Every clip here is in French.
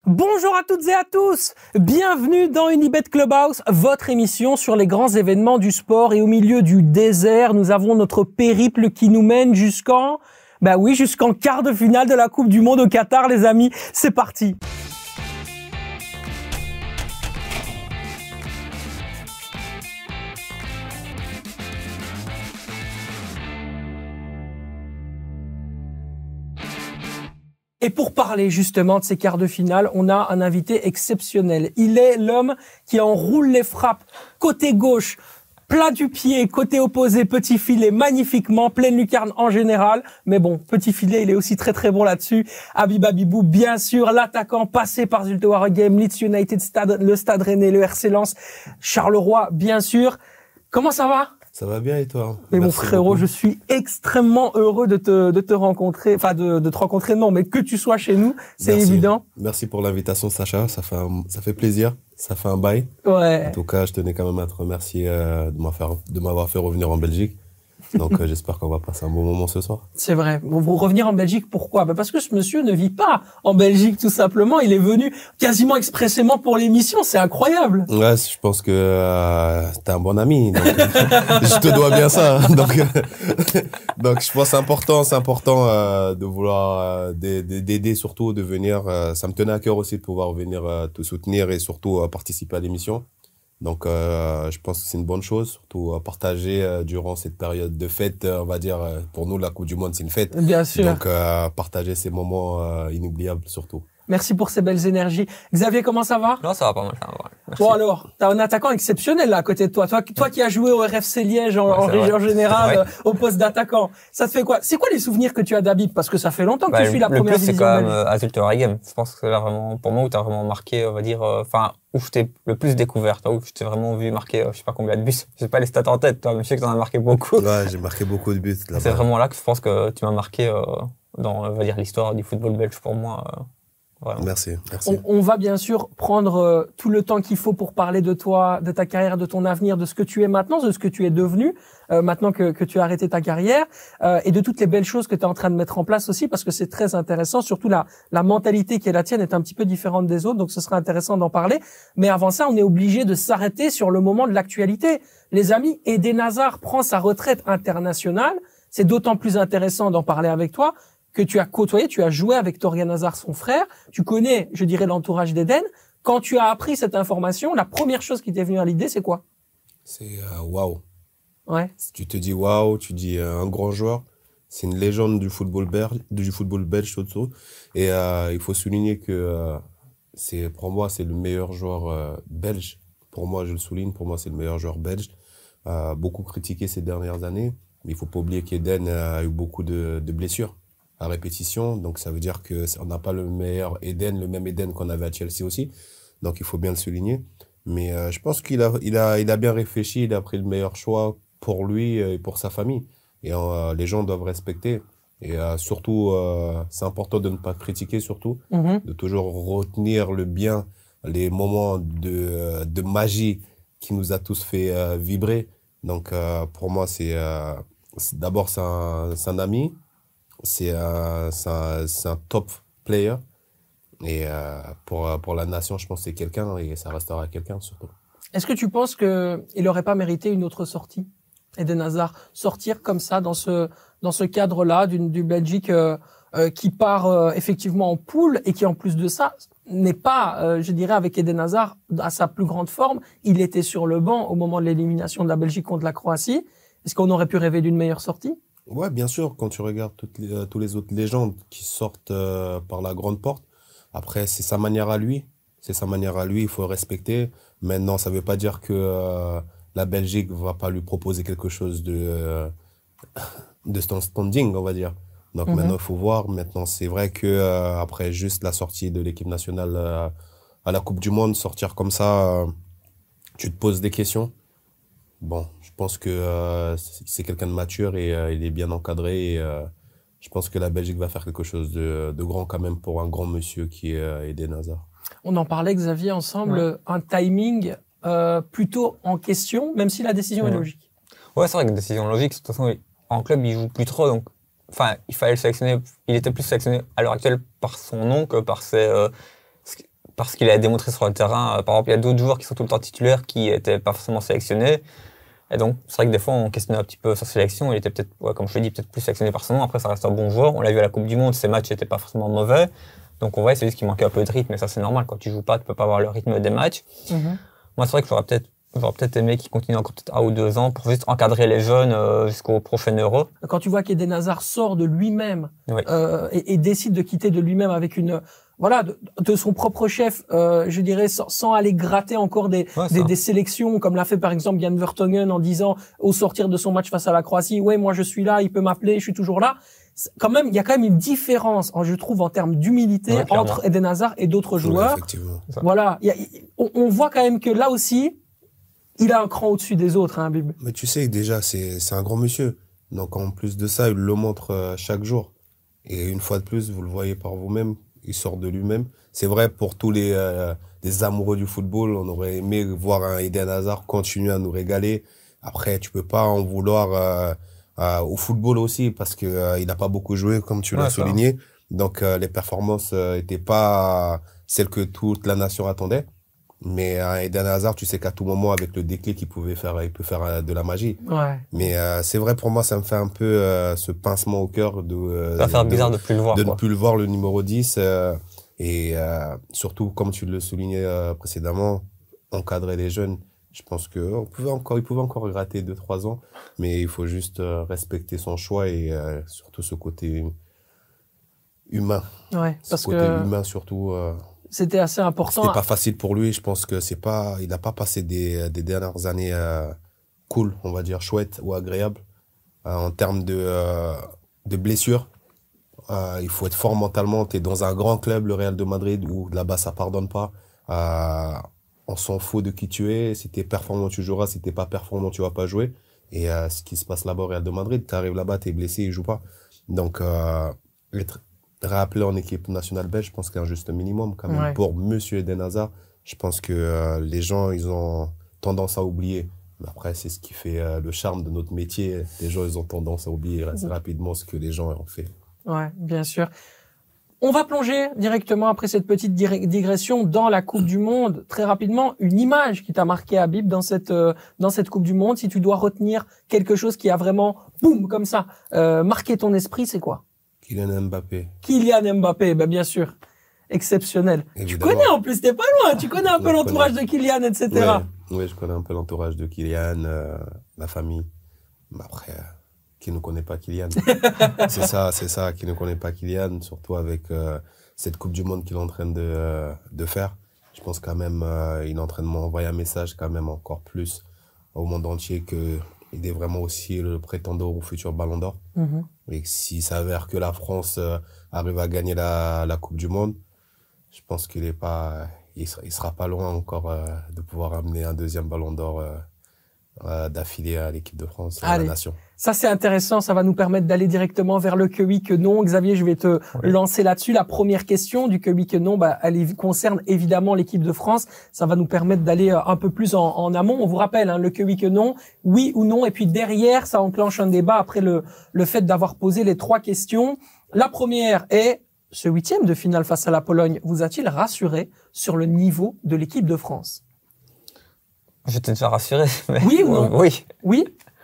Bonjour à toutes et à tous, bienvenue dans Unibet Clubhouse, votre émission sur les grands événements du sport. Et au milieu du désert, nous avons notre périple qui nous mène jusqu'en quart de finale de la Coupe du Monde au Qatar, les amis. C'est parti. Et pour parler justement de ces quarts de finale, on a un invité exceptionnel. Il est l'homme qui enroule les frappes côté gauche, plat du pied, côté opposé, petit filet, magnifiquement, pleine lucarne en général. Mais bon, petit filet, il est aussi très très bon là-dessus. Habib Habibou, bien sûr, l'attaquant passé par Zulte Waregem, Leeds United, le Stade Rennais, le RC Lens, Charleroi, bien sûr. Comment ça va ? Ça va bien et toi ? Mais mon frérot, beaucoup. Je suis extrêmement heureux de te rencontrer, enfin de te rencontrer non, mais que tu sois chez nous, c'est évident. Merci pour l'invitation Sacha, ça fait plaisir, ça fait un bail. Ouais. En tout cas, je tenais quand même à te remercier de m'avoir fait revenir en Belgique. Donc j'espère qu'on va passer un bon moment ce soir. C'est vrai. Vous revenir en Belgique, pourquoi ? Parce que ce monsieur ne vit pas en Belgique tout simplement. Il est venu quasiment expressément pour l'émission. C'est incroyable. Ouais, je pense que t'es un bon ami. Donc, je te dois bien ça. Donc je pense que c'est important de vouloir d'aider surtout, de venir. Ça me tenait à cœur aussi de pouvoir venir te soutenir et surtout participer à l'émission. Donc, je pense que c'est une bonne chose, surtout à partager durant cette période de fête, on va dire, pour nous, la Coupe du Monde, c'est une fête. Bien sûr. Donc, partager ces moments inoubliables, surtout. Merci pour ces belles énergies. Xavier, comment ça va ? Non, ça va pas mal. Merci. Bon alors, t'as un attaquant exceptionnel là à côté de toi. Toi qui as joué au RFC Liège en région générale, au poste d'attaquant. Ça te fait quoi ? C'est quoi les souvenirs que tu as d'Habib ? Parce que ça fait longtemps que tu suis la première division. Le plus, c'est quand même à Zulte Waregem. Je pense que c'est là vraiment, pour moi, où t'as vraiment marqué, on va dire, où je t'ai le plus découvert, où je t'ai vraiment vu marquer, je sais pas combien de buts. Je sais pas les stats en tête, toi, mais je sais que t'en as marqué beaucoup. Ouais, j'ai marqué beaucoup de buts là-bas. C'est vraiment là que je pense que tu m'as marqué dans, on va dire, l'histoire du football belge pour moi. Vraiment. Merci. On va bien sûr prendre tout le temps qu'il faut pour parler de toi, de ta carrière, de ton avenir, de ce que tu es maintenant, de ce que tu es devenu maintenant que tu as arrêté ta carrière et de toutes les belles choses que tu es en train de mettre en place aussi parce que c'est très intéressant. Surtout la mentalité qui est la tienne est un petit peu différente des autres, donc ce sera intéressant d'en parler. Mais avant ça, on est obligé de s'arrêter sur le moment de l'actualité. Les amis, Eden Hazard prend sa retraite internationale. C'est d'autant plus intéressant d'en parler avec toi que tu as côtoyé, tu as joué avec Torgan Hazard, son frère, tu connais, je dirais, l'entourage d'Eden. Quand tu as appris cette information, la première chose qui t'est venue à l'idée, c'est quoi ? C'est waouh. Ouais. Tu te dis waouh, tu dis un grand joueur. C'est une légende du football belge surtout. Et il faut souligner que pour moi, c'est le meilleur joueur belge. Pour moi, je le souligne, pour moi, c'est le meilleur joueur belge. Beaucoup critiqué ces dernières années, mais il faut pas oublier qu'Eden a eu beaucoup de blessures à répétition, donc ça veut dire que on n'a pas le même Eden qu'on avait à Chelsea aussi, donc il faut bien le souligner. Mais je pense qu'il a bien réfléchi, il a pris le meilleur choix pour lui et pour sa famille. Et les gens doivent respecter. Et surtout, c'est important de ne pas critiquer, surtout, de toujours retenir le bien, les moments de magie qui nous a tous fait vibrer. Donc pour moi, d'abord c'est un ami. C'est un top player et pour la nation, je pense que c'est quelqu'un et ça restera quelqu'un surtout. Est-ce que tu penses que il aurait pas mérité une autre sortie, Eden Hazard, sortir comme ça dans ce cadre-là du Belgique qui part effectivement en poule et qui en plus de ça n'est pas, je dirais, avec Eden Hazard à sa plus grande forme. Il était sur le banc au moment de l'élimination de la Belgique contre la Croatie. Est-ce qu'on aurait pu rêver d'une meilleure sortie ? Ouais, bien sûr, quand tu regardes tous les autres légendes qui sortent par la grande porte, après, c'est sa manière à lui, il faut respecter. Maintenant, ça veut pas dire que la Belgique va pas lui proposer quelque chose de son standing, on va dire. Donc maintenant, il faut voir. Maintenant, c'est vrai que après juste la sortie de l'équipe nationale à la Coupe du Monde, sortir comme ça, tu te poses des questions. Bon, je pense que c'est quelqu'un de mature et il est bien encadré. Et, je pense que la Belgique va faire quelque chose de grand quand même pour un grand monsieur qui est Eden Hazard. On en parlait, Xavier, ensemble, un timing plutôt en question, même si la décision est logique. Ouais, c'est vrai que décision logique. De toute façon, en club, il joue plus trop, donc il fallait le sélectionner. Il était plus sélectionné à l'heure actuelle par son nom que par parce qu'il a démontré sur le terrain. Par exemple, il y a d'autres joueurs qui sont tout le temps titulaires qui étaient pas forcément sélectionnés. Et donc, c'est vrai que des fois, on questionnait un petit peu sa sélection. Il était peut-être, comme je l'ai dit, peut-être plus sélectionné par son nom. Après, ça reste un bon joueur. On l'a vu à la Coupe du Monde, ses matchs n'étaient pas forcément mauvais. Donc, on voit, c'est juste qu'il manquait un peu de rythme. Et ça, c'est normal. Quand tu joues pas, tu peux pas avoir le rythme des matchs. Moi, c'est vrai que j'aurais peut-être aimé qu'il continue encore peut-être 1 ou 2 ans pour juste encadrer les jeunes jusqu'au prochain Euro. Quand tu vois qu'Eden Hazard sort de lui-même et décide de quitter de lui-même avec de son propre chef, je dirais, sans aller gratter encore des sélections, comme l'a fait par exemple Jan Vertonghen en disant au sortir de son match face à la Croatie, ouais, moi je suis là, il peut m'appeler, je suis toujours là. Quand même, il y a quand même une différence, je trouve, en termes d'humilité entre Eden Hazard et d'autres joueurs. Effectivement. Voilà, on voit quand même que là aussi, il a un cran au-dessus des autres, hein, Bib. Mais tu sais, déjà, c'est un grand monsieur. Donc, en plus de ça, il le montre chaque jour. Et une fois de plus, vous le voyez par vous-même, il sort de lui-même. C'est vrai, pour tous les amoureux du football, on aurait aimé voir un Eden Hazard continuer à nous régaler. Après, tu peux pas en vouloir au football aussi, parce que il n'a pas beaucoup joué, comme tu l'as souligné. Donc, les performances étaient pas celles que toute la nation attendait. Mais Eden Hazard, tu sais qu'à tout moment, avec le déclic, il peut faire de la magie. Ouais. Mais c'est vrai, pour moi, ça me fait un peu ce pincement au cœur ça va faire bizarre de plus le voir. Ne plus le voir, le numéro 10. Et surtout, comme tu le soulignais précédemment, encadrer les jeunes. Je pense qu'il pouvait encore gratter 2-3 ans, mais il faut juste respecter son choix et surtout ce côté humain. Ouais, parce ce côté humain surtout. C'était assez important. C'était pas facile pour lui. Je pense que il n'a pas passé des dernières années cool, on va dire chouettes ou agréables en termes de blessures. Il faut être fort mentalement. T'es dans un grand club, le Real de Madrid, où là-bas ça pardonne pas. On s'en fout de qui tu es. Si t'es performant, tu joueras. Si t'es pas performant, tu vas pas jouer. Et ce qui se passe là-bas au Real de Madrid, t'arrives là-bas, t'es blessé, il joue pas. Donc être rappelé en équipe nationale belge, je pense qu'il y a un juste minimum quand même. Pour Monsieur Eden Hazard, je pense que les gens, ils ont tendance à oublier. Mais après, c'est ce qui fait le charme de notre métier. Les gens, ils ont tendance à oublier assez rapidement ce que les gens ont fait. Ouais, bien sûr. On va plonger directement après cette petite digression dans la Coupe du Monde. Très rapidement, une image qui t'a marqué, Habib, dans cette Coupe du Monde. Si tu dois retenir quelque chose qui a vraiment, boum, comme ça, marqué ton esprit, c'est quoi? Kylian Mbappé. Kylian Mbappé, ben bien sûr. Exceptionnel. Évidemment. Tu connais en plus, t'es pas loin. Tu connais un peu l'entourage de Kylian, etc. Oui, je connais un peu l'entourage de Kylian, la famille. Mais après, qui ne connaît pas Kylian? C'est ça, qui ne connaît pas Kylian, surtout avec cette Coupe du Monde qu'il est en train de faire. Je pense quand même, il est en train de m'envoyer un message quand même encore plus au monde entier qu'il est vraiment aussi le prétendant au futur Ballon d'Or. Et s'il s'avère que la France arrive à gagner la Coupe du Monde, je pense il sera pas loin encore de pouvoir amener un deuxième Ballon d'Or d'affilée à l'équipe de France, à la nation. Ça, c'est intéressant. Ça va nous permettre d'aller directement vers le que oui, que non. Xavier, je vais te lancer là-dessus. La première question du que oui, que non, elle concerne évidemment l'équipe de France. Ça va nous permettre d'aller un peu plus en amont. On vous rappelle, le que oui, que non, oui ou non. Et puis derrière, ça enclenche un débat après le fait d'avoir posé les 3 questions. La première est, ce 8e de finale face à la Pologne vous a-t-il rassuré sur le niveau de l'équipe de France? J'étais déjà rassuré. Mais... Oui ou non? Oui. Oui.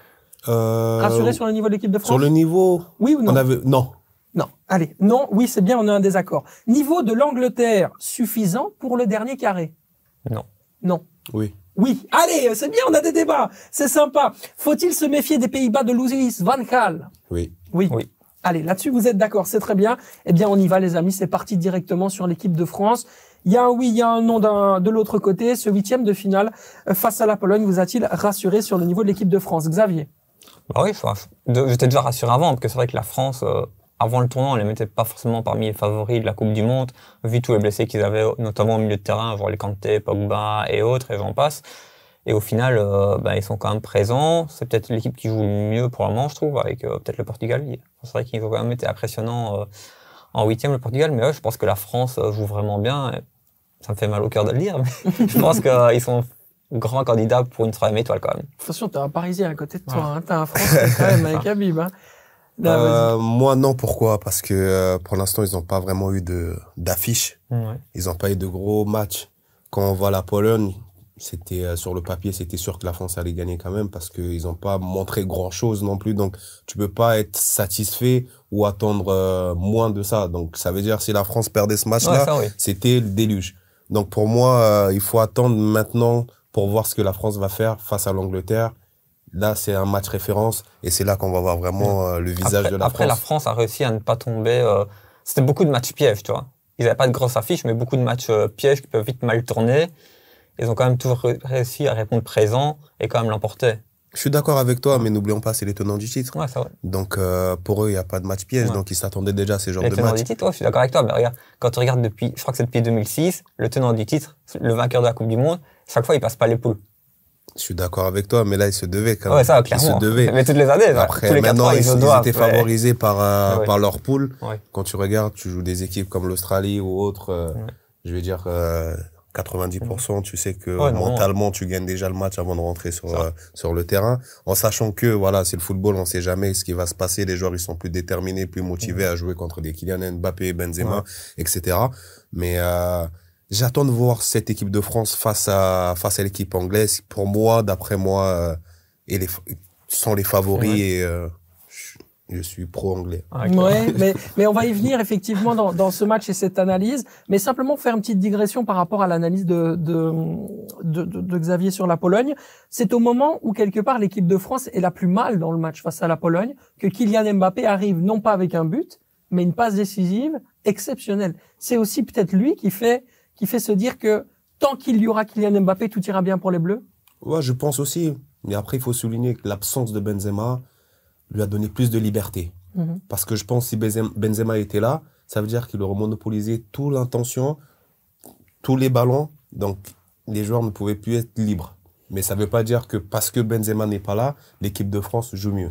Rassuré sur le niveau de l'équipe de France? Sur le niveau? Oui ou non? Non. Non. Allez. Non. Oui, c'est bien, on a un désaccord. Niveau de l'Angleterre suffisant pour le dernier carré? Non. Non. Oui. Oui. Allez, c'est bien, on a des débats. C'est sympa. Faut-il se méfier des Pays-Bas de Louis van Gaal? Oui. Oui. Oui. Allez, là-dessus, vous êtes d'accord, c'est très bien. Eh bien, on y va, les amis. C'est parti directement sur l'équipe de France. Il y a un oui, il y a un non de l'autre côté. Ce 8e de finale face à la Pologne vous a-t-il rassuré sur le niveau de l'équipe de France? Xavier? Bah oui, j'étais déjà rassuré avant, parce que c'est vrai que la France, avant le tournoi, on les mettait pas forcément parmi les favoris de la Coupe du Monde, vu tous les blessés qu'ils avaient, notamment au milieu de terrain, genre les Kanté, Pogba et autres, et j'en passe. Et au final, ils sont quand même présents. C'est peut-être l'équipe qui joue le mieux pour le moment, je trouve, avec peut-être le Portugal. C'est vrai qu'ils ont quand même été impressionnants en 8e, le Portugal, mais je pense que la France joue vraiment bien. Et ça me fait mal au cœur de le dire, mais je pense qu'ils sont grands candidats pour une 3e étoile quand même. Attention, t'as un Parisien à côté de toi, t'as un Français quand même avec Habib. Moi, non. Pourquoi? Parce que pour l'instant, ils n'ont pas vraiment eu d'affiche. Ouais. Ils n'ont pas eu de gros matchs. Quand on voit la Pologne, c'était sur le papier, c'était sûr que la France allait gagner quand même parce qu'ils n'ont pas montré grand-chose non plus. Donc, tu peux pas être satisfait ou attendre moins de ça. Donc, ça veut dire si la France perdait ce match-là, oui. c'était le déluge. Donc, pour moi, il faut attendre maintenant pour voir ce que la France va faire face à l'Angleterre. Là, c'est un match référence et c'est là qu'on va voir vraiment le visage de la France. Après, la France a réussi à ne pas tomber. C'était beaucoup de matchs pièges, tu vois. Ils n'avaient pas de grosses affiches, mais beaucoup de matchs pièges qui peuvent vite mal tourner. Ils ont quand même toujours réussi à répondre présent et quand même l'emporter. Je suis d'accord avec toi, mais n'oublions pas, c'est les tenants du titre. Ouais, c'est vrai. Donc, pour eux, il n'y a pas de match piège, donc ils s'attendaient déjà à ces genres de matchs. Le tenant du titre, je suis d'accord avec toi. Mais regarde, quand tu regardes depuis, je crois que c'est depuis 2006, le tenant du titre, le vainqueur de la Coupe du Monde, chaque fois, il passe pas les poules. Je suis d'accord avec toi, mais là, ils se devaient quand même. Ouais, ça, clairement. Ils se devaient. Mais toutes les années, après, tous les maintenant, 4 ans, ils étaient favorisés par leur poule. Ouais. Quand tu regardes, tu joues des équipes comme l'Australie ou autres, je vais dire, 90%, tu sais que mentalement, tu gagnes déjà le match avant de rentrer sur le terrain. En sachant que, voilà, c'est le football, on sait jamais ce qui va se passer. Les joueurs, ils sont plus déterminés, plus motivés à jouer contre des Kylian Mbappé, Benzema, etc. Mais, j'attends de voir cette équipe de France face à l'équipe anglaise. Pour moi, d'après moi, sont les favoris et je suis pro-anglais. Ouais, mais on va y venir effectivement dans ce match et cette analyse. Mais simplement faire une petite digression par rapport à l'analyse de Xavier sur la Pologne. C'est au moment où quelque part l'équipe de France est la plus mal dans le match face à la Pologne que Kylian Mbappé arrive non pas avec un but, mais une passe décisive exceptionnelle. C'est aussi peut-être lui qui fait se dire que tant qu'il y aura Kylian Mbappé, tout ira bien pour les Bleus? Ouais, je pense aussi. Mais après, il faut souligner que l'absence de Benzema lui a donné plus de liberté. Parce que je pense que si Benzema était là, ça veut dire qu'il aurait monopolisé toute l'intention, tous les ballons. Donc, les joueurs ne pouvaient plus être libres. Mais ça ne veut pas dire que parce que Benzema n'est pas là, l'équipe de France joue mieux.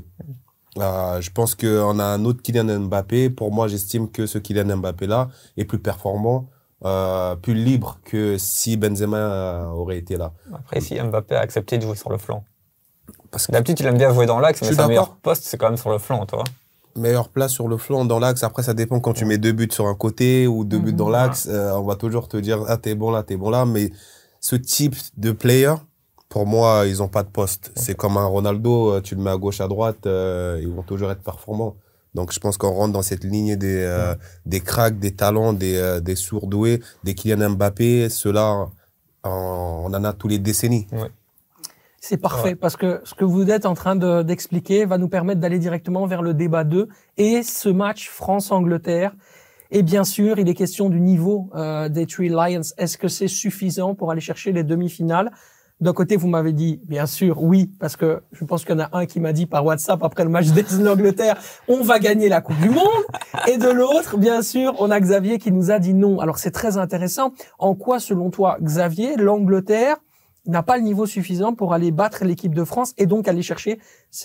Je pense qu'on a un autre Kylian Mbappé. Pour moi, j'estime que ce Kylian Mbappé-là est plus performant, plus libre que si Benzema aurait été là. Après, si Mbappé a accepté de jouer sur le flanc. Parce que d'habitude, il aime bien jouer dans l'axe, mais sa meilleure poste, c'est quand même sur le flanc, toi. Meilleure place sur le flanc, dans l'axe. Après, ça dépend quand tu mets 2 buts sur un côté ou 2 buts dans l'axe. On va toujours te dire, ah, t'es bon là. Mais ce type de player, pour moi, ils ont pas de poste. C'est comme un Ronaldo, tu le mets à gauche, à droite, ils vont toujours être performants. Donc, je pense qu'on rentre dans cette lignée des cracks, des talents, des sourdoués, des Kylian Mbappé. Ceux-là, on en a tous les décennies. Ouais. C'est parfait, parce que ce que vous êtes en train d'expliquer va nous permettre d'aller directement vers le débat 2 et ce match France-Angleterre. Et bien sûr, il est question du niveau des Three Lions. Est-ce que c'est suffisant pour aller chercher les demi-finales? D'un côté, vous m'avez dit, bien sûr, oui, parce que je pense qu'il y en a un qui m'a dit par WhatsApp après le match de l'Angleterre, on va gagner la Coupe du Monde. Et de l'autre, bien sûr, on a Xavier qui nous a dit non. Alors, c'est très intéressant. En quoi, selon toi, Xavier, l'Angleterre n'a pas le niveau suffisant pour aller battre l'équipe de France et donc aller chercher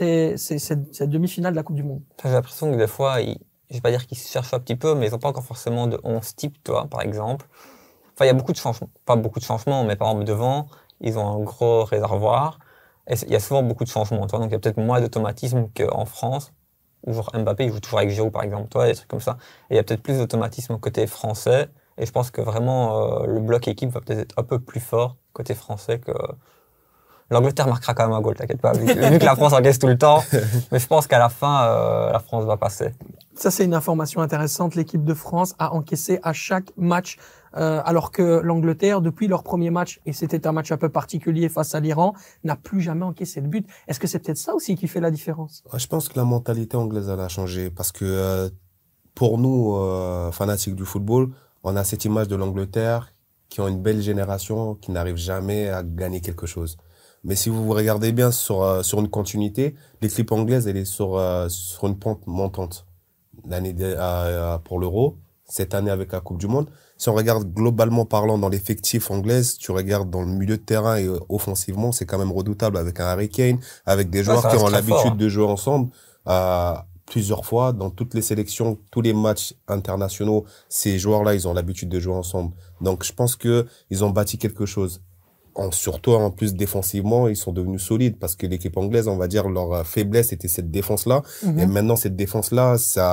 cette demi-finale de la Coupe du Monde? J'ai l'impression que des fois, je vais pas dire qu'ils se cherchent un petit peu, mais ils ont pas encore forcément de 11 types, toi, par exemple. Enfin, il y a beaucoup de changements. Pas beaucoup de changements, mais par exemple, devant, ils ont un gros réservoir. Et il y a souvent beaucoup de changements, toi. Donc, il y a peut-être moins d'automatisme qu'en France, où genre Mbappé, il joue toujours avec Giroud, par exemple, toi, des trucs comme ça. Et il y a peut-être plus d'automatisme côté français. Et je pense que vraiment, le bloc équipe va peut-être être un peu plus fort côté français que... L'Angleterre marquera quand même un goal, t'inquiète pas, vu que la France encaisse tout le temps. Mais je pense qu'à la fin, la France va passer. Ça, c'est une information intéressante. L'équipe de France a encaissé à chaque match, alors que l'Angleterre, depuis leur premier match, et c'était un match un peu particulier face à l'Iran, n'a plus jamais encaissé de but. Est-ce que c'est peut-être ça aussi qui fait la différence? Je pense que la mentalité anglaise, elle a changé. Parce que pour nous, fanatiques du football, on a cette image de l'Angleterre qui ont une belle génération, qui n'arrive jamais à gagner quelque chose. Mais si vous regardez bien sur une continuité, l'équipe anglaise, elle est sur une pente montante. L'année pour l'Euro, cette année avec la Coupe du Monde. Si on regarde globalement parlant dans l'effectif anglaise, tu regardes dans le milieu de terrain et offensivement, c'est quand même redoutable avec un Harry Kane, avec des joueurs qui ont l'habitude de jouer ensemble. Plusieurs fois, dans toutes les sélections, tous les matchs internationaux, ces joueurs-là, ils ont l'habitude de jouer ensemble. Donc, je pense que ils ont bâti quelque chose. surtout en plus défensivement, ils sont devenus solides parce que l'équipe anglaise, on va dire, leur faiblesse était cette défense-là. Et maintenant, cette défense-là,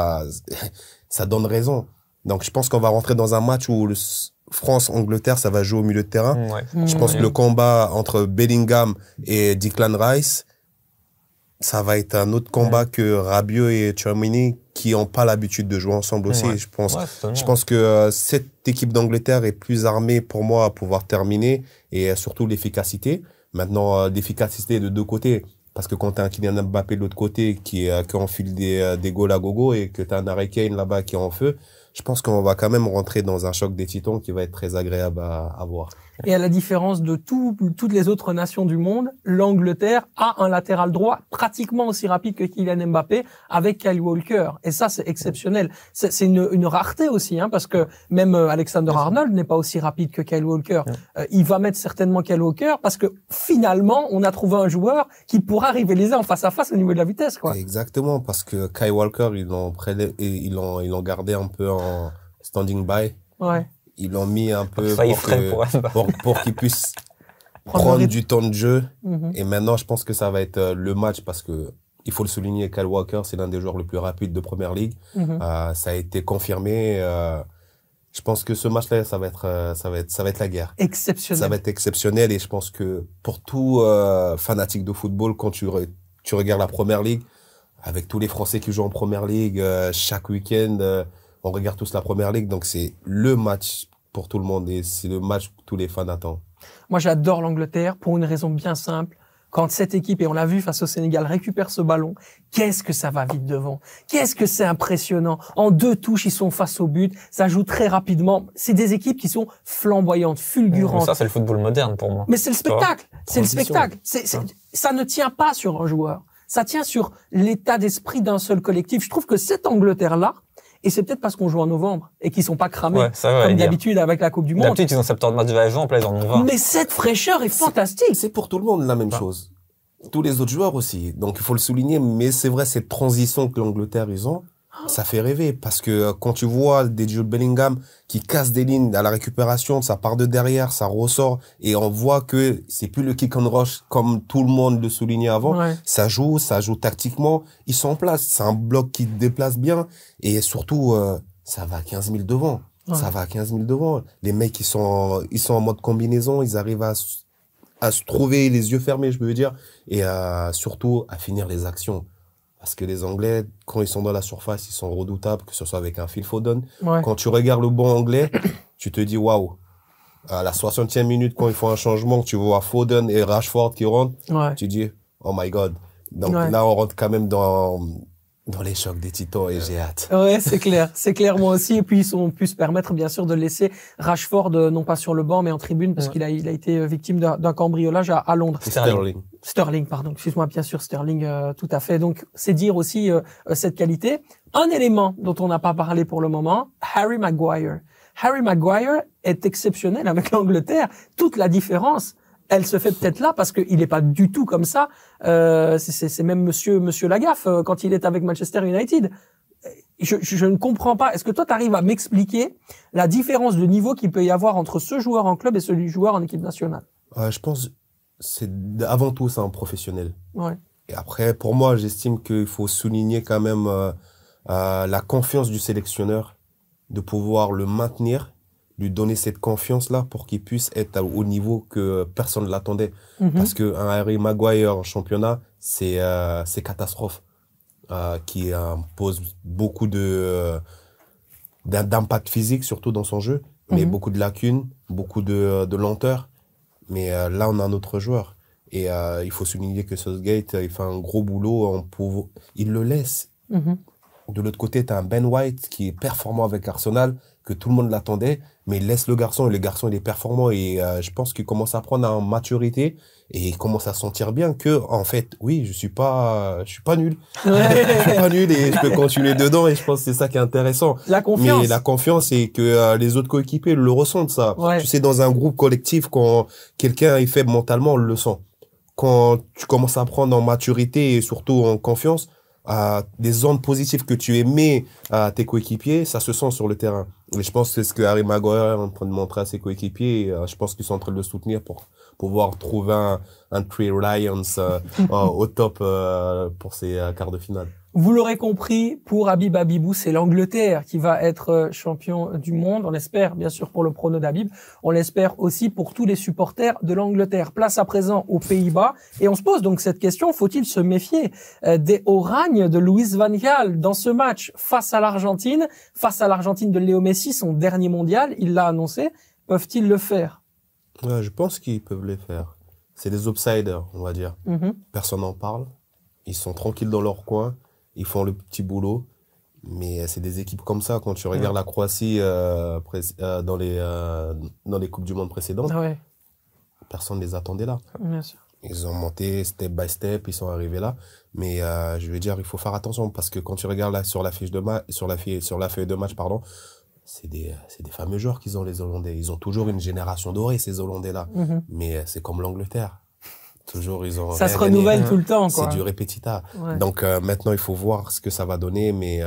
ça donne raison. Donc, je pense qu'on va rentrer dans un match où France-Angleterre, ça va jouer au milieu de terrain. Je pense que le combat entre Bellingham et Declan Rice, ça va être un autre combat que Rabiot et Tchouaméni qui n'ont pas l'habitude de jouer ensemble aussi. Je pense que cette équipe d'Angleterre est plus armée pour moi à pouvoir terminer et surtout l'efficacité. Maintenant, l'efficacité de deux côtés. Parce que quand tu as un Kylian Mbappé de l'autre côté qui enfile des goals à gogo et que tu as un Harry Kane là-bas qui est en feu, je pense qu'on va quand même rentrer dans un choc des titans qui va être très agréable à voir. Et à la différence de toutes les autres nations du monde, l'Angleterre a un latéral droit pratiquement aussi rapide que Kylian Mbappé avec Kyle Walker. Et ça, c'est exceptionnel. C'est une rareté aussi, hein, parce que même Alexander-Arnold n'est pas aussi rapide que Kyle Walker. Il va mettre certainement Kyle Walker parce que finalement, on a trouvé un joueur qui pourra rivaliser en face à face au niveau de la vitesse, quoi. Exactement, parce que Kyle Walker, ils l'ont gardé un peu en standing by. Ouais. Ils l'ont mis un peu pour qu'il puisse prendre du temps de jeu. Et maintenant, je pense que ça va être le match parce que il faut le souligner, Kyle Walker, c'est l'un des joueurs les plus rapides de Première Ligue. Ça a été confirmé. Je pense que ce match-là, ça va être la guerre. Exceptionnel. Ça va être exceptionnel et je pense que pour tout fanatique de football, quand tu regardes la Première Ligue, avec tous les Français qui jouent en Première Ligue, chaque week-end, on regarde tous la Première Ligue, donc c'est le match pour tout le monde et c'est le match que tous les fans attendent. Moi, j'adore l'Angleterre pour une raison bien simple. Quand cette équipe, et on l'a vu face au Sénégal, récupère ce ballon, qu'est-ce que ça va vite devant. Qu'est-ce que c'est impressionnant. En 2 touches, ils sont face au but. Ça joue très rapidement. C'est des équipes qui sont flamboyantes, fulgurantes. Ça, c'est le football moderne pour moi. Mais c'est le spectacle. C'est le spectacle. Ça ne tient pas sur un joueur. Ça tient sur l'état d'esprit d'un seul collectif. Je trouve que cette Angleterre-là, et c'est peut-être parce qu'on joue en novembre et qu'ils sont pas cramés comme d'habitude avec la Coupe du Monde. D'habitude, ils ont 70 matchs de la F1, là, ils en ont 20. Mais cette fraîcheur est fantastique. C'est pour tout le monde la même chose. Tous les autres joueurs aussi. Donc, il faut le souligner. Mais c'est vrai, cette transition que l'Angleterre, ils ont, ça fait rêver. Parce que quand tu vois des Jude Bellingham qui cassent des lignes à la récupération, ça part de derrière, ça ressort. Et on voit que c'est plus le kick and rush comme tout le monde le soulignait avant. Ça joue tactiquement. Ils sont en place. C'est un bloc qui déplace bien. Et surtout, ça va à 15 000 devant. Ça va à 15 000 devant. Les mecs, ils sont en mode combinaison. Ils arrivent à se trouver les yeux fermés, je veux dire. Et surtout, à finir les actions. Parce que les Anglais, quand ils sont dans la surface, ils sont redoutables, que ce soit avec un Phil Foden. Quand tu regardes le bon anglais, tu te dis waouh. À la 60e minute, quand ils font un changement, tu vois Foden et Rashford qui rentrent, tu dis oh my god. Donc là, on rentre quand même dans les chocs des titans et j'ai hâte. Ouais, c'est clair. C'est clair, moi aussi. Et puis, ils ont pu se permettre, bien sûr, de laisser Rashford, non pas sur le banc, mais en tribune, parce qu'il a été victime d'un cambriolage à Londres. Sterling, pardon. Excuse-moi, bien sûr, Sterling, tout à fait. Donc, c'est dire aussi cette qualité. Un élément dont on n'a pas parlé pour le moment, Harry Maguire. Harry Maguire est exceptionnel avec l'Angleterre. Toute la différence, elle se fait peut-être là parce qu'il n'est pas du tout comme ça. C'est même Monsieur Lagaffe quand il est avec Manchester United. Je ne comprends pas. Est-ce que toi, tu arrives à m'expliquer la différence de niveau qu'il peut y avoir entre ce joueur en club et celui joueur en équipe nationale? Je pense avant tout c'est un professionnel. Ouais. Et après, pour moi, j'estime qu'il faut souligner quand même la confiance du sélectionneur, de pouvoir le maintenir, lui donner cette confiance-là pour qu'il puisse être au niveau que personne ne l'attendait. Parce que un Harry Maguire en championnat, c'est catastrophe, qui pose beaucoup d'impact physique, surtout dans son jeu, mais beaucoup de lacunes, beaucoup de lenteur. Mais là, on a un autre joueur. Et il faut souligner que Southgate, il fait un gros boulot. Il le laisse. De l'autre côté, tu as un Ben White qui est performant avec Arsenal, que tout le monde l'attendait, mais il laisse le garçon, et le garçon, il est performant, et je pense qu'il commence à prendre en maturité, et il commence à sentir bien que, en fait, oui, je suis pas nul. Je suis pas nul, et je peux continuer dedans, et je pense que c'est ça qui est intéressant. La confiance. Mais la confiance, c'est que les autres coéquipiers le ressentent, ça. Tu sais, dans un groupe collectif, quand quelqu'un est faible mentalement, on le sent. Quand tu commences à prendre en maturité, et surtout en confiance, des ondes positives que tu émets à tes coéquipiers, ça se sent sur le terrain. Et je pense que c'est ce que Harry Maguire est en train de montrer à ses coéquipiers. Et, je pense qu'ils sont en train de le soutenir pour pouvoir trouver un Three Lions au top pour ces quarts de finale. Vous l'aurez compris, pour Habib Habibou, c'est l'Angleterre qui va être champion du monde. On l'espère, bien sûr, pour le prono d'Habib. On l'espère aussi pour tous les supporters de l'Angleterre. Place à présent aux Pays-Bas. Et on se pose donc cette question, faut-il se méfier des oragnes de Louis van Gaal dans ce match face à l'Argentine de Léo Messi, son dernier mondial, il l'a annoncé. Peuvent-ils le faire? Ouais, je pense qu'ils peuvent les faire. C'est des outsiders, on va dire. Personne n'en parle. Ils sont tranquilles dans leur coin. Ils font le petit boulot, mais c'est des équipes comme ça. Quand tu regardes la Croatie dans les Coupes du Monde précédentes, personne ne les attendait là. Bien sûr. Ils ont monté step by step, ils sont arrivés là. Mais je veux dire, il faut faire attention parce que quand tu regardes là sur la feuille de match, c'est des fameux joueurs qu'ils ont, les Hollandais. Ils ont toujours une génération dorée, ces Hollandais-là. Mais c'est comme l'Angleterre. Toujours, ils ont ça se renouvelle tout le temps, quoi. C'est du répétita. Ouais. Donc, maintenant, il faut voir ce que ça va donner, mais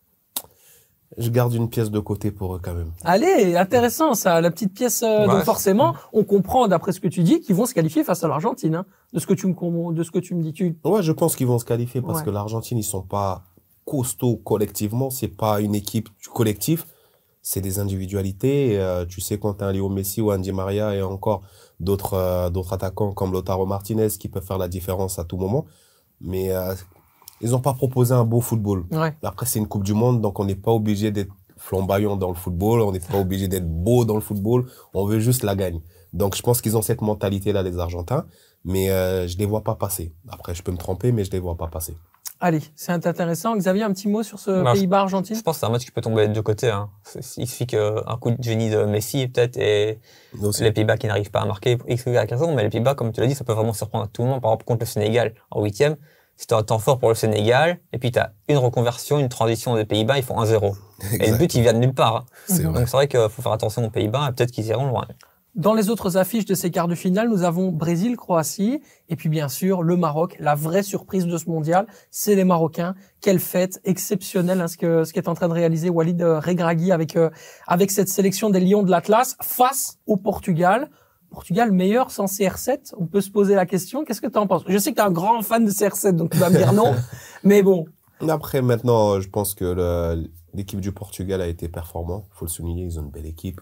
je garde une pièce de côté pour eux quand même. Allez, intéressant ça, la petite pièce. Donc forcément, on comprend d'après ce que tu dis qu'ils vont se qualifier face à l'Argentine, hein, de ce que tu me dis. Ouais, je pense qu'ils vont se qualifier parce que l'Argentine, ils sont pas costauds collectivement. C'est pas une équipe collective. C'est des individualités. Tu sais, quand t'as un Léo Messi ou un Di Maria et encore d'autres attaquants comme Lautaro Martinez qui peuvent faire la différence à tout moment. Mais ils n'ont pas proposé un beau football. Ouais. Après, c'est une Coupe du Monde, donc on n'est pas obligé d'être flamboyant dans le football. On n'est pas obligé d'être beau dans le football. On veut juste la gagne. Donc, je pense qu'ils ont cette mentalité-là, les Argentins. Mais je les vois pas passer. Après, je peux me tromper, mais je les vois pas passer. Allez, c'est intéressant. Xavier, un petit mot sur ce Pays-Bas-Argentine? Je pense que c'est un match qui peut tomber des deux côtés. Hein. Il suffit qu'un coup de génie de Messi, peut-être, et les Pays-Bas qui n'arrivent pas à marquer pour X ou Y raison. Mais les Pays-Bas, comme tu l'as dit, ça peut vraiment surprendre à tout le monde. Par exemple, contre le Sénégal en 8e, si tu as un temps fort pour le Sénégal, et puis tu as une reconversion, une transition des Pays-Bas, ils font 1-0. Et le but, il vient de nulle part. Hein. Donc c'est vrai qu'il faut faire attention aux Pays-Bas, et peut-être qu'ils iront loin. Dans les autres affiches de ces quarts de finale, nous avons Brésil-Croatie et puis bien sûr le Maroc. La vraie surprise de ce mondial, c'est les Marocains. Quelle fête exceptionnelle, hein, ce qu'est en train de réaliser Walid Regragui avec cette sélection des Lions de l'Atlas face au Portugal. Portugal meilleur sans CR7? On peut se poser la question. Qu'est-ce que tu en penses? Je sais que tu es un grand fan de CR7, donc tu vas me dire non. Mais bon. Après, maintenant, je pense que l'équipe du Portugal a été performante. Il faut le souligner, ils ont une belle équipe.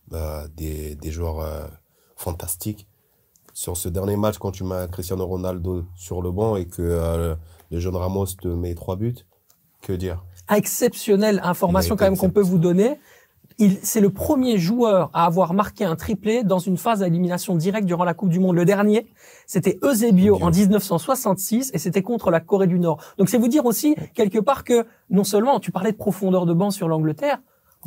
Des joueurs fantastiques. Sur ce dernier match, quand tu mets Cristiano Ronaldo sur le banc et que le jeune Ramos te met 3 buts, que dire? Exceptionnelle information quand même qu'on peut vous donner. C'est le premier joueur à avoir marqué un triplé dans une phase à élimination directe durant la Coupe du Monde. Le dernier, c'était Eusebio en 1966 et c'était contre la Corée du Nord. Donc c'est vous dire aussi quelque part que non seulement tu parlais de profondeur de banc sur l'Angleterre,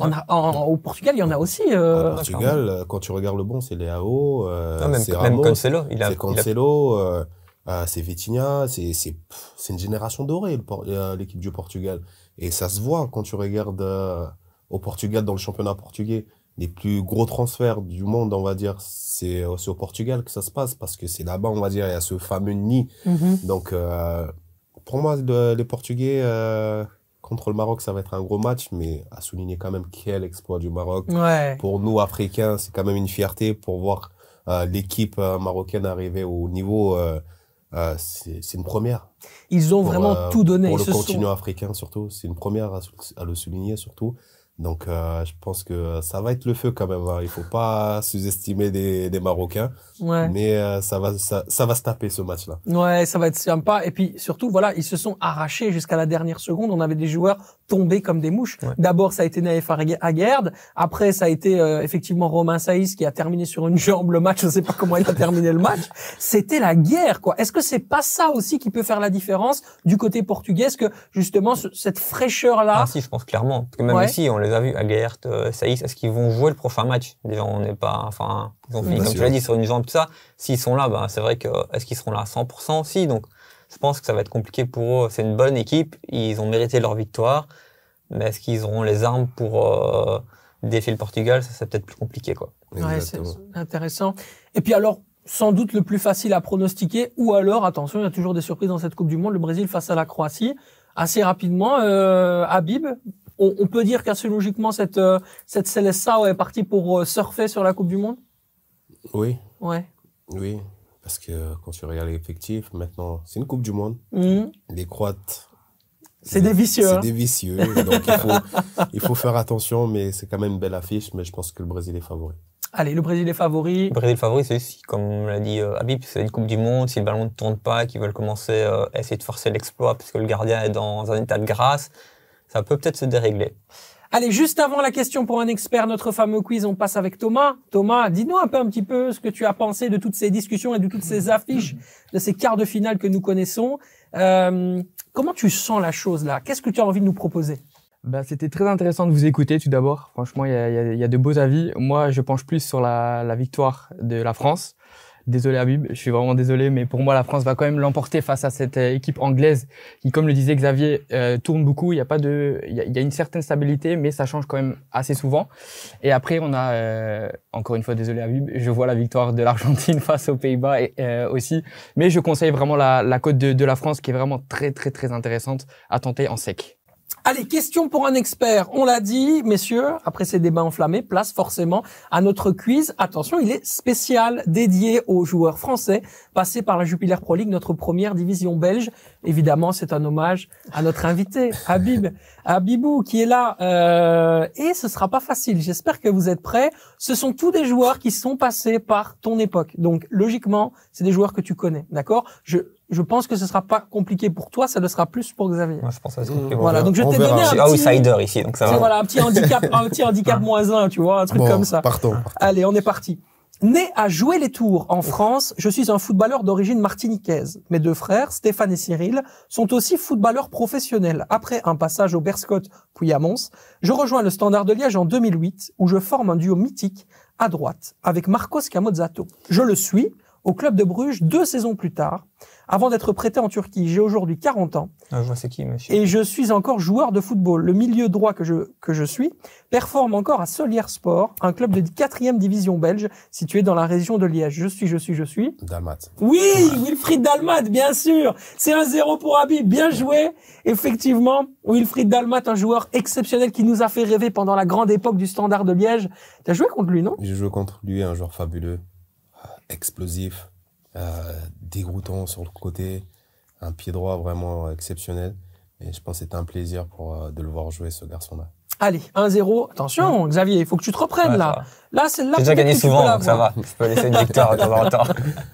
au Portugal, il y en a aussi. Au Portugal, quand tu regardes le bon, c'est Leao, c'est Ramos, Cancelo, c'est Cancelo, c'est Vitinha, c'est une génération dorée, l'équipe du Portugal. Et ça se voit quand tu regardes au Portugal, dans le championnat portugais, les plus gros transferts du monde, on va dire, c'est au Portugal que ça se passe, parce que c'est là-bas, on va dire, il y a ce fameux nid. Donc, pour moi, les Portugais... contre le Maroc, ça va être un gros match, mais à souligner quand même quel exploit du Maroc. Ouais. Pour nous, Africains, c'est quand même une fierté pour voir l'équipe marocaine arriver au niveau. C'est une première. Ils ont vraiment tout donné. Pour le continent africain, surtout. C'est une première à le souligner, surtout. Donc, je pense que ça va être le feu quand même. Hein. Il faut pas sous-estimer des Marocains. Ouais. Mais ça va se taper ce match-là. Ouais, ça va être sympa. Et puis surtout, voilà, ils se sont arrachés jusqu'à la dernière seconde. On avait des joueurs tombés comme des mouches. Ouais. D'abord, ça a été Naïf Aguerd. Après, ça a été effectivement Romain Saïs qui a terminé sur une jambe le match. Je sais pas comment il a terminé le match. C'était la guerre, quoi. Est-ce que c'est pas ça aussi qui peut faire la différence du côté portugais? Est-ce que justement cette fraîcheur-là? Ah si, je pense clairement. Parce que même ici, on les a vus, Aguerd, Saïs. Est-ce qu'ils vont jouer le prochain match? Déjà, on n'est pas, enfin, ils ont fini, comme tu l'as dit, sur une jambe, tout ça. S'ils sont là, c'est vrai que, est-ce qu'ils seront là à 100% aussi? Donc, je pense que ça va être compliqué pour eux. C'est une bonne équipe. Ils ont mérité leur victoire. Mais est-ce qu'ils auront les armes pour, défier le Portugal? Ça, c'est peut-être plus compliqué, quoi. Ouais, c'est intéressant. Et puis alors, sans doute le plus facile à pronostiquer, ou alors, attention, il y a toujours des surprises dans cette Coupe du Monde, le Brésil face à la Croatie. Assez rapidement, Habib, on peut dire qu'assez logiquement, cette Seleção est partie pour surfer sur la Coupe du Monde? Oui, Ouais. oui. Parce que quand tu regardes l'effectif, maintenant, c'est une Coupe du Monde. Les Croates, C'est des vicieux. c'est Hein. des vicieux. Donc, il faut faire attention, mais c'est quand même une belle affiche. Mais je pense que le Brésil est favori. Allez, le Brésil est favori. Le Brésil favori, c'est aussi, comme l'a dit Habib, c'est une Coupe du Monde. Si le ballon ne tourne pas, qu'ils veulent commencer à essayer de forcer l'exploit, puisque le gardien est dans un état de grâce, ça peut peut-être se dérégler. Allez, juste avant la question pour un expert, notre fameux quiz, on passe avec Thomas. Thomas, dis-nous un petit peu ce que tu as pensé de toutes ces discussions et de toutes ces affiches, de ces quarts de finale que nous connaissons. Comment tu sens la chose là? Qu'est-ce que tu as envie de nous proposer? C'était très intéressant de vous écouter tout d'abord. Franchement, il y a de beaux avis. Moi, je penche plus sur la victoire de la France. Désolé Habib, je suis vraiment désolé, mais pour moi, la France va quand même l'emporter face à cette équipe anglaise qui, comme le disait Xavier, tourne beaucoup. Il y a une certaine stabilité, mais ça change quand même assez souvent. Et après, on a, encore une fois, désolé Habib, je vois la victoire de l'Argentine face aux Pays-Bas aussi. Mais je conseille vraiment la côte de la France qui est vraiment très, très, très intéressante à tenter en sec. Allez, question pour un expert. On l'a dit, messieurs, après ces débats enflammés, place forcément à notre quiz. Attention, il est spécial, dédié aux joueurs français passés par la Jupiler Pro League, notre première division belge. Évidemment, c'est un hommage à notre invité, Habibou, qui est là. Et ce sera pas facile. J'espère que vous êtes prêts. Ce sont tous des joueurs qui sont passés par ton époque. Donc, logiquement, c'est des joueurs que tu connais, d'accord? Je pense que ce sera pas compliqué pour toi, ça le sera plus pour Xavier. Moi, je pense que ça sera Voilà, donc je t'ai verra. donné Je suis un petit outsider ici, donc ça va. voilà, un petit handicap -1, tu vois, un truc comme ça. Partons. Allez, on est parti. Né à Jouer-les-Tours, en France, je suis un footballeur d'origine martiniquaise. Mes deux frères, Stéphane et Cyril, sont aussi footballeurs professionnels. Après un passage au Berscott puis à Mons, je rejoins le Standard de Liège en 2008, où je forme un duo mythique à droite, avec Marcos Camozzato. Je le suis au club de Bruges 2 saisons plus tard, avant d'être prêté en Turquie. J'ai aujourd'hui 40 ans. Ah, je vois c'est qui, monsieur. Et je suis encore joueur de football. Le milieu droit que je suis performe encore à Solière Sport, un club de 4e division belge situé dans la région de Liège. Je suis. Dalmat. Oui, Wilfried Dalmat, bien sûr. C'est 1-0 pour Habib. Bien joué. Effectivement, Wilfried Dalmat, un joueur exceptionnel qui nous a fait rêver pendant la grande époque du Standard de Liège. Tu as joué contre lui, non? J'ai joué contre lui, un joueur fabuleux, explosif, déroutant sur le côté, un pied droit vraiment exceptionnel. Et je pense que c'était un plaisir de le voir jouer, ce garçon-là. Allez, 1-0. Attention, Xavier, il faut que tu te reprennes Ouais, là. Là, c'est là. J'ai déjà gagné que tu peux souvent, donc ça l'avoir. va. Je peux laisser une victoire de temps en temps.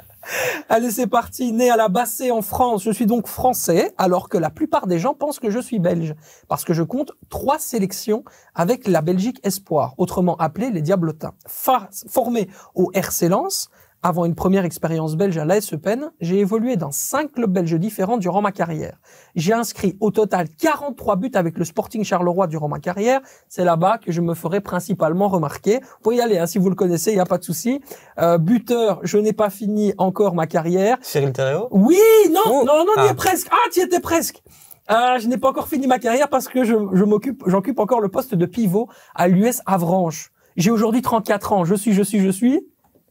Allez, c'est parti. Né à la Bassée en France, je suis donc français, alors que la plupart des gens pensent que je suis belge, parce que je compte 3 sélections avec la Belgique Espoir, autrement appelée les Diablotins. Formé au RC Lens, avant une première expérience belge à l'AS Eupen, j'ai évolué dans 5 clubs belges différents durant ma carrière. J'ai inscrit au total 43 buts avec le Sporting Charleroi durant ma carrière. C'est là-bas que je me ferai principalement remarquer. Vous pouvez y aller, hein, si vous le connaissez, il n'y a pas de souci. Buteur, je n'ai pas fini encore ma carrière. Cyril Terreo? Oui, non, Oh. on y est presque. Ah, tu y étais presque. Je n'ai pas encore fini ma carrière parce que j'occupe encore le poste de pivot à l'US Avranches. J'ai aujourd'hui 34 ans. Je suis.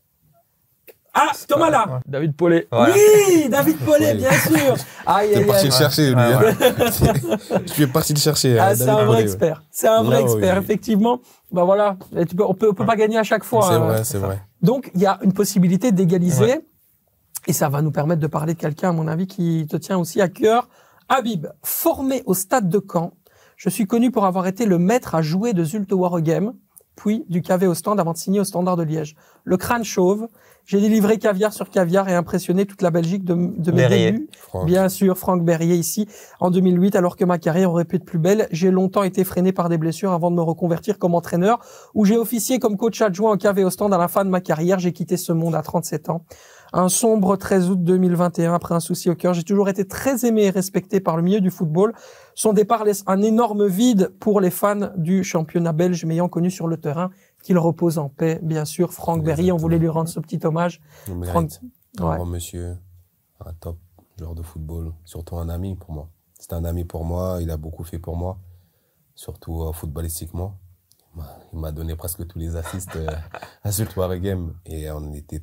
Ah, Thomas là. David Paulet. Voilà. Oui, David Paulet, bien sûr. Aïe, Tu es aïe, parti aïe. le chercher, lui. Ouais, hein. Tu es parti le chercher. Ah, hein, c'est David un vrai Paulet, expert. C'est un vrai Ah, oui. expert, effectivement. Bah voilà. Et on peut pas gagner à chaque fois. C'est hein. vrai, c'est vrai. Donc, il y a une possibilité d'égaliser. Ouais. Et ça va nous permettre de parler de quelqu'un, à mon avis, qui te tient aussi à cœur. Habib, formé au stade de Caen, je suis connu pour avoir été le maître à jouer de Zulte Waregem, puis du KV au stand avant de signer au Standard de Liège. Le crâne chauve, j'ai délivré caviar sur caviar et impressionné toute la Belgique de mes Berrier. débuts. Franck. Bien sûr, Franck Berrier ici, en 2008, alors que ma carrière aurait pu être plus belle. J'ai longtemps été freiné par des blessures avant de me reconvertir comme entraîneur, où j'ai officié comme coach adjoint au KV au stand à la fin de ma carrière. J'ai quitté ce monde à 37 ans. Un sombre 13 août 2021, après un souci au cœur. J'ai toujours été très aimé et respecté par le milieu du football. Son départ laisse un énorme vide pour les fans du championnat belge, m'ayant connu sur le terrain. Qu'il repose en paix, bien sûr. Franck Berrier, on voulait lui rendre ce petit hommage. Il mérite. Franck- Un ouais. grand monsieur, un top joueur de football, surtout un ami pour moi. C'est un ami pour moi, il a beaucoup fait pour moi, surtout footballistiquement. Il m'a donné presque tous les assists à Zulte Waregem et on était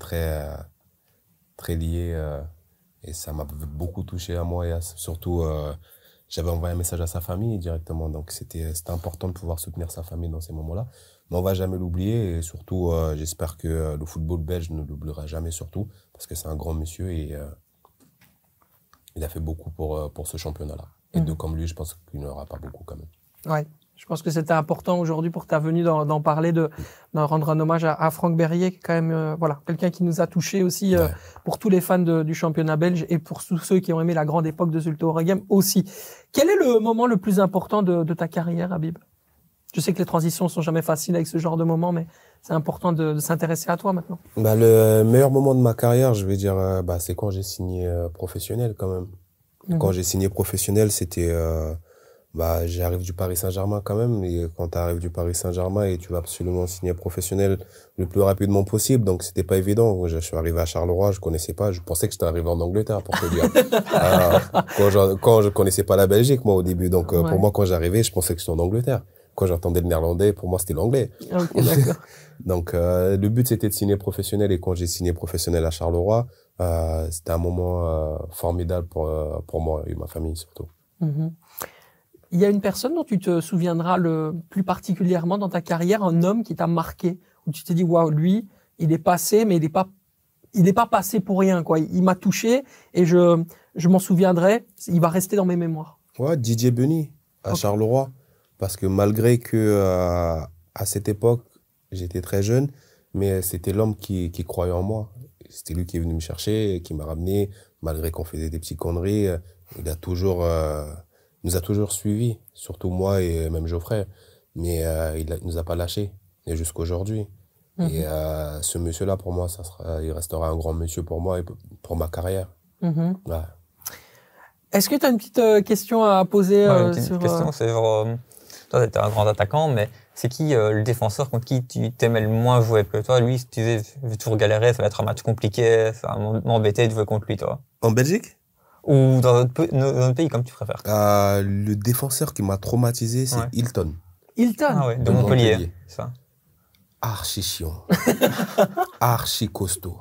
très liés et ça m'a beaucoup touché à moi et surtout j'avais envoyé un message à sa famille directement. Donc, c'était important de pouvoir soutenir sa famille dans ces moments-là. Mais on va jamais l'oublier. Et surtout, j'espère que le football belge ne l'oubliera jamais, surtout, parce que c'est un grand monsieur et il a fait beaucoup pour ce championnat-là. Et deux comme lui, je pense qu'il n'y en aura pas beaucoup quand même. Ouais. Je pense que c'était important aujourd'hui pour ta venue d'en parler, d'en rendre un hommage à Franck Berrier, qui est quand même voilà, quelqu'un qui nous a touchés aussi pour tous les fans du championnat belge et pour tous ceux qui ont aimé la grande époque de Zulte Waregem aussi. Quel est le moment le plus important de ta carrière, Habib? Je sais que les transitions sont jamais faciles avec ce genre de moment, mais c'est important de s'intéresser à toi maintenant. Le meilleur moment de ma carrière, je vais dire, c'est quand j'ai signé professionnel quand même. Quand j'ai signé professionnel, c'était... j'arrive du Paris Saint-Germain quand même, et quand tu arrives du Paris Saint-Germain et tu vas absolument signer professionnel le plus rapidement possible, donc c'était pas évident. Je suis arrivé à Charleroi, je connaissais pas, je pensais que j'étais arrivé en Angleterre, pour te dire. Quand je connaissais pas la Belgique, moi, au début, donc pour moi, quand j'arrivais, je pensais que j'étais en Angleterre. Quand j'entendais le néerlandais, pour moi, c'était l'anglais. Ok, d'accord. Donc, le but, c'était de signer professionnel, et quand j'ai signé professionnel à Charleroi, c'était un moment formidable pour moi et ma famille, surtout. Il y a une personne dont tu te souviendras le plus particulièrement dans ta carrière, un homme qui t'a marqué, où tu t'es dit, waouh, lui, il est passé, mais il est pas passé pour rien, quoi. Il m'a touché et je m'en souviendrai, il va rester dans mes mémoires. Ouais, Didier Benny, à Charleroi. Parce que malgré que, à cette époque, j'étais très jeune, mais c'était l'homme qui croyait en moi. C'était lui qui est venu me chercher, qui m'a ramené, malgré qu'on faisait des petites conneries. Il nous a toujours suivis, surtout moi et même Geoffrey. Mais il nous a pas lâchés, et jusqu'à aujourd'hui. Et ce monsieur-là, pour moi, il restera un grand monsieur pour moi et pour ma carrière. Ouais. Est-ce que tu as une petite question à poser une petite question, c'est genre... toi, tu étais un grand attaquant, mais c'est qui le défenseur contre qui tu t'aimais le moins jouer? Parce que toi, lui, si tu disais, je vais toujours galérer, ça va être un match compliqué, ça va m'embêter de jouer contre lui, toi. En Belgique? Ou dans notre pays, comme tu préfères. Le défenseur qui m'a traumatisé, c'est Hilton. Hilton? Ah ouais, de Montpellier. Ça. Archi chiant. Archi costaud.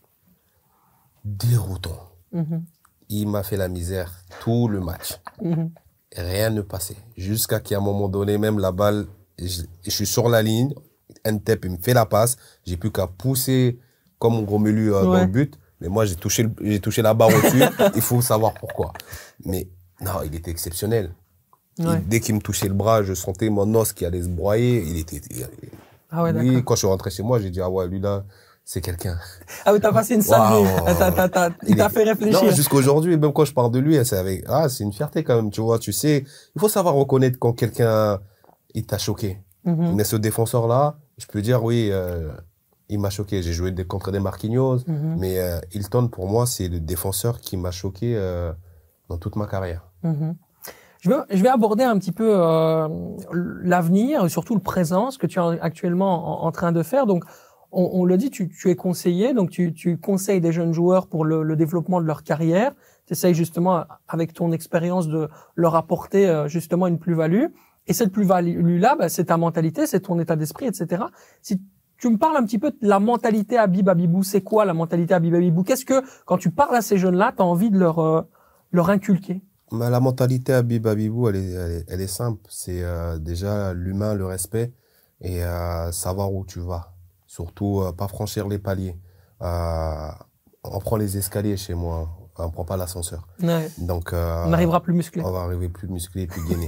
Déroutant. Il m'a fait la misère tout le match. Rien ne passait. Jusqu'à qu'à un moment donné, même la balle, je suis sur la ligne, Ntep, il me fait la passe, j'ai plus qu'à pousser comme un gros menu dans le but. Mais moi, j'ai touché la barre au-dessus. Il faut savoir pourquoi. Mais non, il était exceptionnel. Dès qu'il me touchait le bras, je sentais mon os qui allait se broyer. Ah ouais, lui, d'accord. quand je suis rentré chez moi, j'ai dit, ah ouais, lui là, c'est quelqu'un. Ah oui, t'as passé une sale nuit. Il t'a fait réfléchir. Non, jusqu'aujourd'hui, même quand je parle de lui, c'est une fierté quand même, tu vois, tu sais. Il faut savoir reconnaître quand quelqu'un, il t'a choqué. Mais ce défenseur-là, je peux dire, oui, il m'a choqué. J'ai joué contre des Marquinhos, mais Hilton, pour moi, c'est le défenseur qui m'a choqué dans toute ma carrière. Je vais aborder un petit peu l'avenir, surtout le présent, ce que tu es actuellement en train de faire. Donc, on le dit, tu es conseiller, donc tu conseilles des jeunes joueurs pour le développement de leur carrière. Tu essayes justement, avec ton expérience, de leur apporter justement une plus-value. Et cette plus-value-là, c'est ta mentalité, c'est ton état d'esprit, etc. Si tu me parles un petit peu de la mentalité Habib Habibou, c'est quoi la mentalité Habib Habibou? Qu'est-ce que, quand tu parles à ces jeunes-là, tu as envie de leur inculquer? La mentalité Habib Habibou, elle est simple. C'est déjà l'humain, le respect et savoir où tu vas. Surtout, pas franchir les paliers. On prend les escaliers chez moi, on prend pas l'ascenseur. Ouais. Donc, on arrivera plus musclé. On va arriver plus musclé et plus gainé.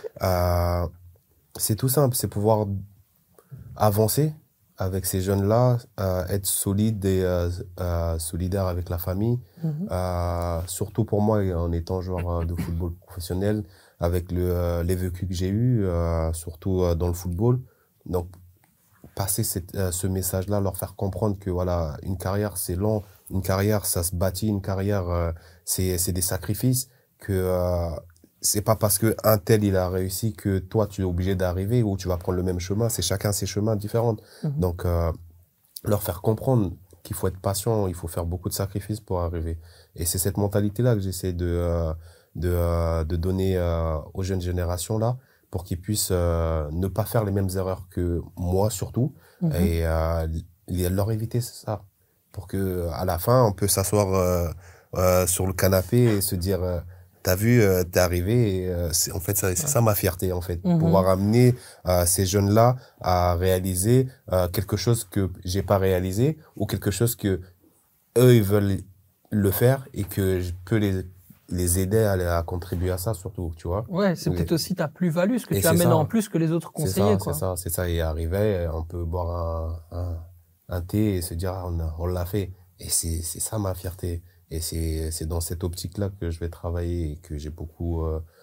C'est tout simple, c'est pouvoir avancer avec ces jeunes-là, être solide et solidaire avec la famille. Surtout pour moi, en étant joueur de football professionnel, avec les vécus que j'ai eus, surtout dans le football. Donc, passer ce message-là, leur faire comprendre que voilà, une carrière, c'est long, une carrière, ça se bâtit, une carrière, c'est des sacrifices, que c'est pas parce que un tel il a réussi que toi tu es obligé d'arriver ou tu vas prendre le même chemin. C'est chacun ses chemins différents. Donc leur faire comprendre qu'il faut être patient, il faut faire beaucoup de sacrifices pour arriver. Et c'est cette mentalité-là que j'essaie de donner aux jeunes générations là, pour qu'ils puissent ne pas faire les mêmes erreurs que moi surtout, et leur éviter ça, pour que à la fin on peut s'asseoir sur le canapé et se dire t'as vu, t'es arrivé et en fait, c'est ça ma fierté, en fait. Mhm. Pouvoir amener ces jeunes-là à réaliser quelque chose que j'ai pas réalisé ou quelque chose que eux, ils veulent le faire et que je peux les aider à contribuer à ça, surtout, tu vois. Ouais, c'est Oui. peut-être aussi ta plus-value, ce que Et tu c'est amènes ça. en plus que les autres conseillers, quoi. C'est ça. Et arriver, on peut boire un thé et se dire, ah, on l'a fait. Et c'est ça ma fierté. Et c'est dans cette optique-là que je vais travailler et que j'ai beaucoup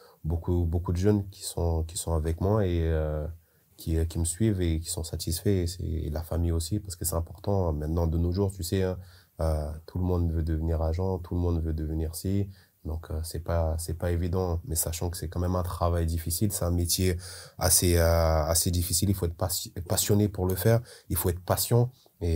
de jeunes qui sont avec moi et qui me suivent et qui sont satisfaits. Et la famille aussi, parce que c'est important. Maintenant, de nos jours, tu sais, hein, tout le monde veut devenir agent, tout le monde veut devenir ci. Donc, c'est pas évident, mais sachant que c'est quand même un travail difficile, c'est un métier assez difficile. Il faut être passionné pour le faire. Il faut être patient et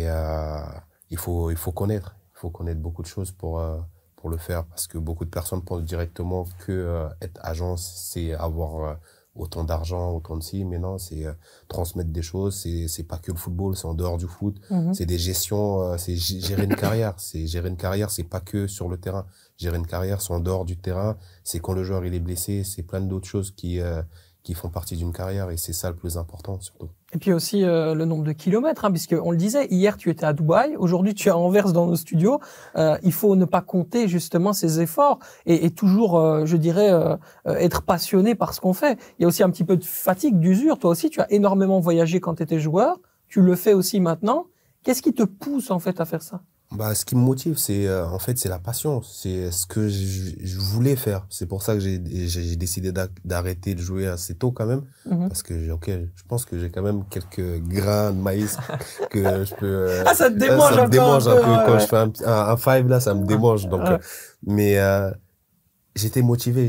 il faut connaître. Il faut connaître beaucoup de choses pour le faire parce que beaucoup de personnes pensent directement que être agent, c'est avoir autant d'argent, autant de ci, mais non, c'est transmettre des choses. C'est pas que le football, c'est en dehors du foot. Mhm. C'est des gestions, c'est gérer une carrière. C'est gérer une carrière, c'est pas que sur le terrain. Gérer une carrière, c'est en dehors du terrain. C'est quand le joueur il est blessé. C'est plein d'autres choses qui font partie d'une carrière et c'est ça le plus important surtout. Et puis aussi le nombre de kilomètres, hein, puisque on le disait, hier tu étais à Dubaï, aujourd'hui tu es à Anvers dans nos studios. Il faut ne pas compter justement ces efforts et toujours, je dirais, être passionné par ce qu'on fait. Il y a aussi un petit peu de fatigue, d'usure. Toi aussi, tu as énormément voyagé quand tu étais joueur. Tu le fais aussi maintenant. Qu'est-ce qui te pousse en fait à faire ça? Bah, ce qui me motive, c'est en fait, c'est la passion. C'est ce que je voulais faire. C'est pour ça que j'ai décidé d'arrêter de jouer assez tôt quand même, Mhm. parce que je pense que j'ai quand même quelques grains de maïs que je peux. Ah, ça te démange ça me démange un peu ouais, quand ouais. je fais un five là, ça me démange. Donc, Ouais. mais j'étais motivé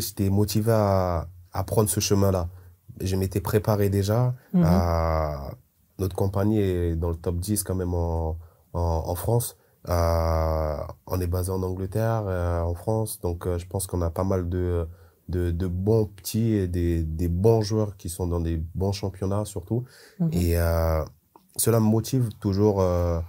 à prendre ce chemin-là. Je m'étais préparé déjà. Mhm. Notre compagnie est dans le top 10 quand même en France. On est basé en Angleterre, en France, donc je pense qu'on a pas mal de bons petits et des bons joueurs qui sont dans des bons championnats surtout. Mhm. Et cela me motive toujours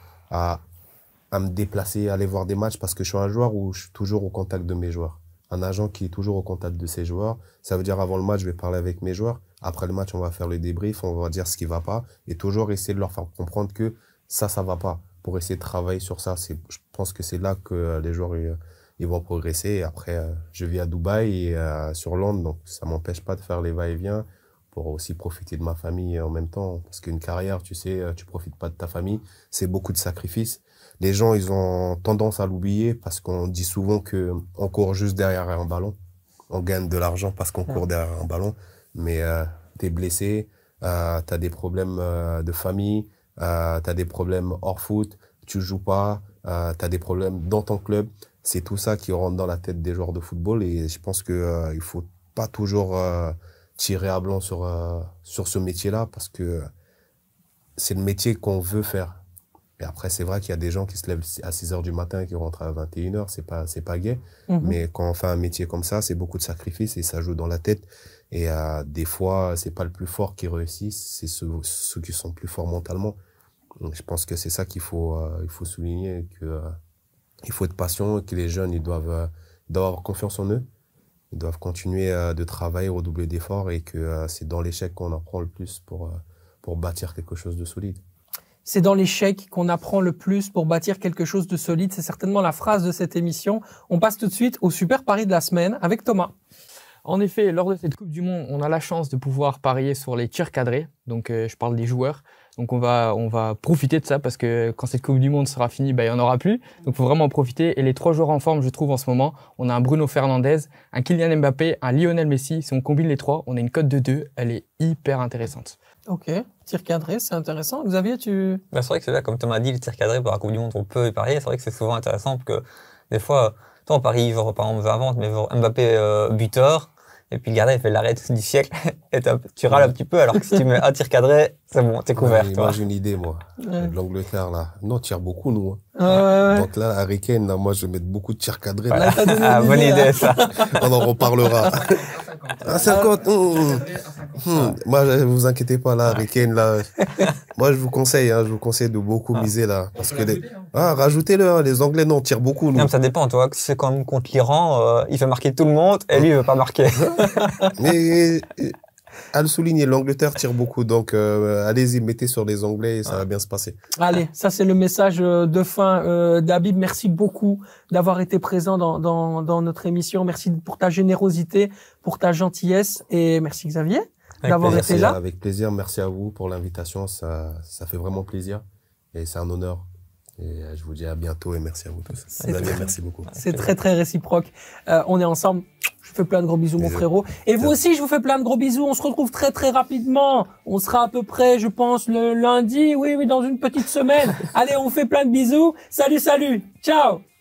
à me déplacer, à aller voir des matchs parce que je suis un joueur où je suis toujours au contact de mes joueurs. Un agent qui est toujours au contact de ses joueurs. Ça veut dire avant le match, je vais parler avec mes joueurs. Après le match, on va faire le débrief, on va dire ce qui va pas et toujours essayer de leur faire comprendre que ça va pas. Pour essayer de travailler sur ça. Je pense que c'est là que les joueurs ils vont progresser. Et après, je vis à Dubaï et sur Londres, donc ça m'empêche pas de faire les va-et-vient pour aussi profiter de ma famille en même temps. Parce qu'une carrière, tu sais, tu profites pas de ta famille, c'est beaucoup de sacrifices. Les gens, ils ont tendance à l'oublier parce qu'on dit souvent que on court juste derrière un ballon. On gagne de l'argent parce qu'on court derrière un ballon. Mais t'es blessé, t'as des problèmes de famille, t'as des problèmes hors foot, tu joues pas, t'as des problèmes dans ton club. C'est tout ça qui rentre dans la tête des joueurs de football et je pense que il faut pas toujours tirer à blanc sur ce métier-là parce que c'est le métier qu'on veut faire. Et après, c'est vrai qu'il y a des gens qui se lèvent à 6 heures du matin et qui rentrent à 21 heures, c'est pas gai. Mhm. Mais quand on fait un métier comme ça, c'est beaucoup de sacrifices et ça joue dans la tête. Et des fois, c'est pas le plus fort qui réussit, c'est ceux qui sont plus forts mentalement. Donc, je pense que c'est ça qu'il faut souligner, que il faut être patient, que les jeunes ils doivent avoir confiance en eux, ils doivent continuer de travailler, redoubler d'efforts et que c'est dans l'échec qu'on apprend le plus pour bâtir quelque chose de solide. C'est dans l'échec qu'on apprend le plus pour bâtir quelque chose de solide. C'est certainement la phrase de cette émission. On passe tout de suite au super pari de la semaine avec Thomas. En effet, lors de cette Coupe du Monde, on a la chance de pouvoir parier sur les tirs cadrés. Donc, je parle des joueurs. Donc, on va profiter de ça parce que quand cette Coupe du Monde sera finie, il y en aura plus. Donc, il faut vraiment en profiter. Et les 3 joueurs en forme, je trouve, en ce moment, on a un Bruno Fernandes, un Kylian Mbappé, un Lionel Messi. Si on combine les 3, on a une cote de 2. Elle est hyper intéressante. Ok, tir cadré, c'est intéressant. Xavier, tu... C'est vrai que c'est là, comme Thomas dit, le tir cadré pour la Coupe du Monde, on peut y parier. C'est vrai que c'est souvent intéressant parce que des fois, toi, on parie, genre, par exemple, j'invente, mais genre Mbappé buteur, et puis le gardien, il fait l'arrêt du siècle, et tu râles un petit peu, alors que si tu mets un tir cadré, c'est bon, t'es couvert. Ouais, moi, j'ai une idée, moi. De l'Angleterre, là. Non, on tire beaucoup, nous. Ouais. Donc là, Harry Kane, là, moi, je vais mettre beaucoup de tirs cadrés. Là, t'as donné Ah, une bonne idée, là. ça. On en reparlera. À 50. Moi, vous inquiétez pas, là, Harry Kane, là. Moi, je vous conseille de beaucoup miser là. Parce que rajoutez-le, hein, les Anglais, non, tirent beaucoup. Non, mais ça dépend, toi. Si c'est comme contre l'Iran, il fait marquer tout le monde et lui, il veut pas marquer. Mais à le souligner, l'Angleterre tire beaucoup. Donc, allez-y, mettez sur les Anglais et ça va bien se passer. Allez, ça c'est le message de fin d'Habib. Merci beaucoup d'avoir été présent dans notre émission. Merci pour ta générosité, pour ta gentillesse et merci Xavier d'avoir été là. Avec plaisir, merci à vous pour l'invitation. Ça fait vraiment plaisir et c'est un honneur. Et je vous dis à bientôt et merci à vous tous. Xavier, merci beaucoup. C'est très très réciproque. On est ensemble. Je vous fais plein de gros bisous, mon frérot. Et vous aussi, je vous fais plein de gros bisous. On se retrouve très très rapidement. On sera à peu près, je pense, le lundi. Oui, dans une petite semaine. Allez, on fait plein de bisous. Salut, salut. Ciao.